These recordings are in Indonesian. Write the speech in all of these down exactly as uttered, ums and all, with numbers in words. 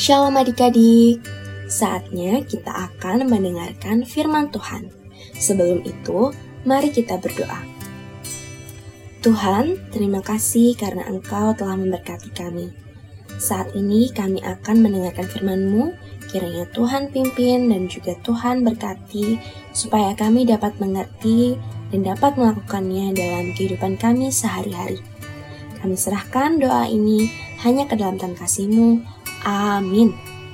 Shalom adik-adik, saatnya kita akan mendengarkan firman Tuhan. Sebelum itu, mari kita berdoa. Tuhan, terima kasih karena Engkau telah memberkati kami. Saat ini kami akan mendengarkan firman-Mu, kiranya Tuhan pimpin dan juga Tuhan berkati, supaya kami dapat mengerti dan dapat melakukannya dalam kehidupan kami sehari-hari. Kami serahkan doa ini hanya ke dalam tangan kasih-Mu. Amin.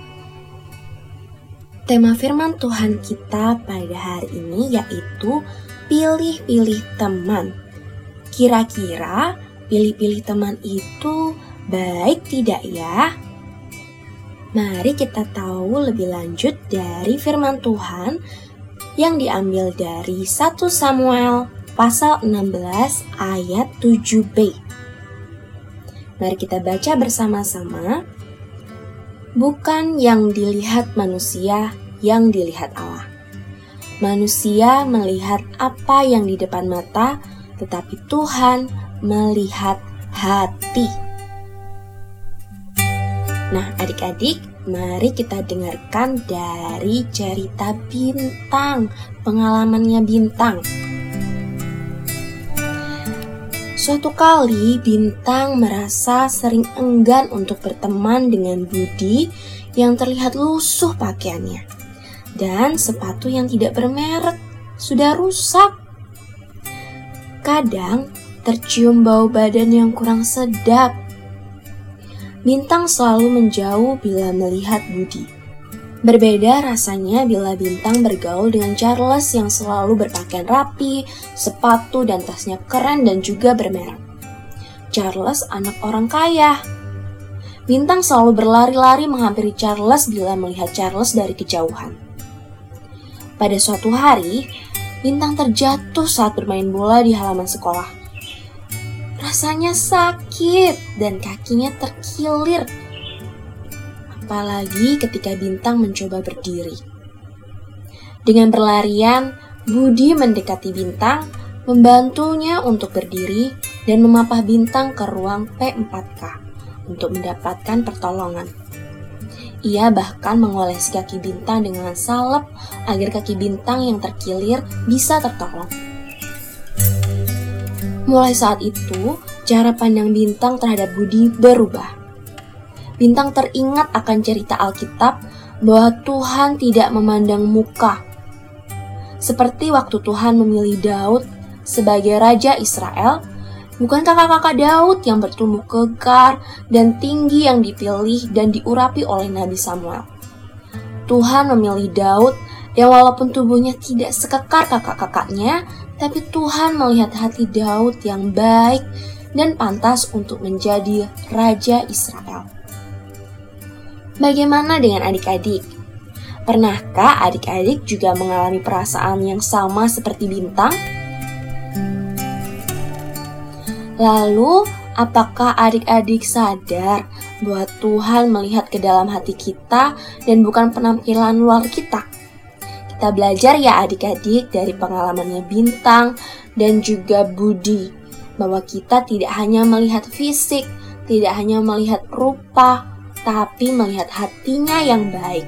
Tema firman Tuhan kita pada hari ini yaitu pilih-pilih teman. Kira-kira pilih-pilih teman itu baik tidak ya? Mari kita tahu lebih lanjut dari firman Tuhan yang diambil dari satu Samuel pasal enam belas ayat tujuh b. Mari kita baca bersama-sama. Bukan yang dilihat manusia yang dilihat Allah. Manusia melihat apa yang di depan mata, tetapi Tuhan melihat hati. Nah, adik-adik, mari kita dengarkan dari cerita Bintang, pengalamannya Bintang. Suatu kali Bintang merasa sering enggan untuk berteman dengan Budi yang terlihat lusuh pakaiannya dan sepatu yang tidak bermerek sudah rusak. Kadang tercium bau badan yang kurang sedap. Bintang selalu menjauh bila melihat Budi. Berbeda rasanya bila Bintang bergaul dengan Charles yang selalu berpakaian rapi, sepatu dan tasnya keren dan juga bermerek. Charles anak orang kaya. Bintang selalu berlari-lari menghampiri Charles bila melihat Charles dari kejauhan. Pada suatu hari, Bintang terjatuh saat bermain bola di halaman sekolah. Rasanya sakit dan kakinya terkilir. Apalagi ketika Bintang mencoba berdiri. Dengan berlarian, Budi mendekati Bintang, membantunya untuk berdiri dan memapah Bintang ke ruang P empat K untuk mendapatkan pertolongan. Ia bahkan mengolesi kaki Bintang dengan salep agar kaki Bintang yang terkilir bisa tertolong. Mulai saat itu, cara pandang Bintang terhadap Budi berubah. Bintang teringat akan cerita Alkitab bahwa Tuhan tidak memandang muka. Seperti waktu Tuhan memilih Daud sebagai Raja Israel, bukan kakak-kakak Daud yang bertumbuh kekar dan tinggi yang dipilih dan diurapi oleh Nabi Samuel. Tuhan memilih Daud yang walaupun tubuhnya tidak sekekar kakak-kakaknya, tapi Tuhan melihat hati Daud yang baik dan pantas untuk menjadi Raja Israel. Bagaimana dengan adik-adik? Pernahkah adik-adik juga mengalami perasaan yang sama seperti Bintang? Lalu, apakah adik-adik sadar bahwa Tuhan melihat ke dalam hati kita dan bukan penampilan luar kita? Kita belajar ya adik-adik dari pengalamannya Bintang dan juga Budi, bahwa kita tidak hanya melihat fisik, tidak hanya melihat rupa, tapi melihat hatinya yang baik.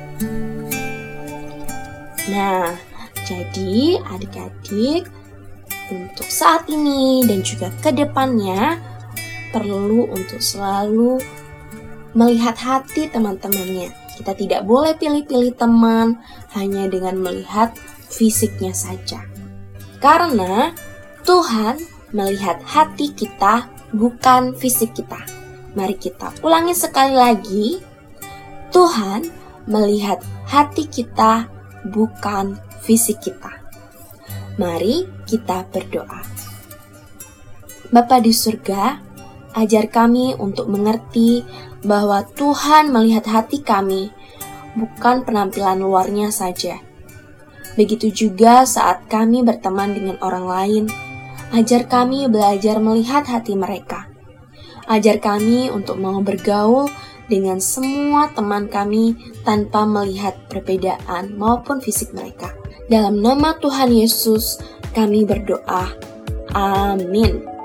Nah, jadi adik-adik untuk saat ini dan juga ke depannya perlu untuk selalu melihat hati teman-temannya. Kita tidak boleh pilih-pilih teman hanya dengan melihat fisiknya saja. Karena Tuhan melihat hati kita, bukan fisik kita. Mari kita ulangi sekali lagi. Tuhan melihat hati kita, bukan fisik kita. Mari kita berdoa. Bapa di surga, ajar kami untuk mengerti bahwa Tuhan melihat hati kami, bukan penampilan luarnya saja. Begitu juga saat kami berteman dengan orang lain, ajar kami belajar melihat hati mereka. Ajar kami untuk mau bergaul dengan semua teman kami tanpa melihat perbedaan maupun fisik mereka. Dalam nama Tuhan Yesus, kami berdoa. Amin.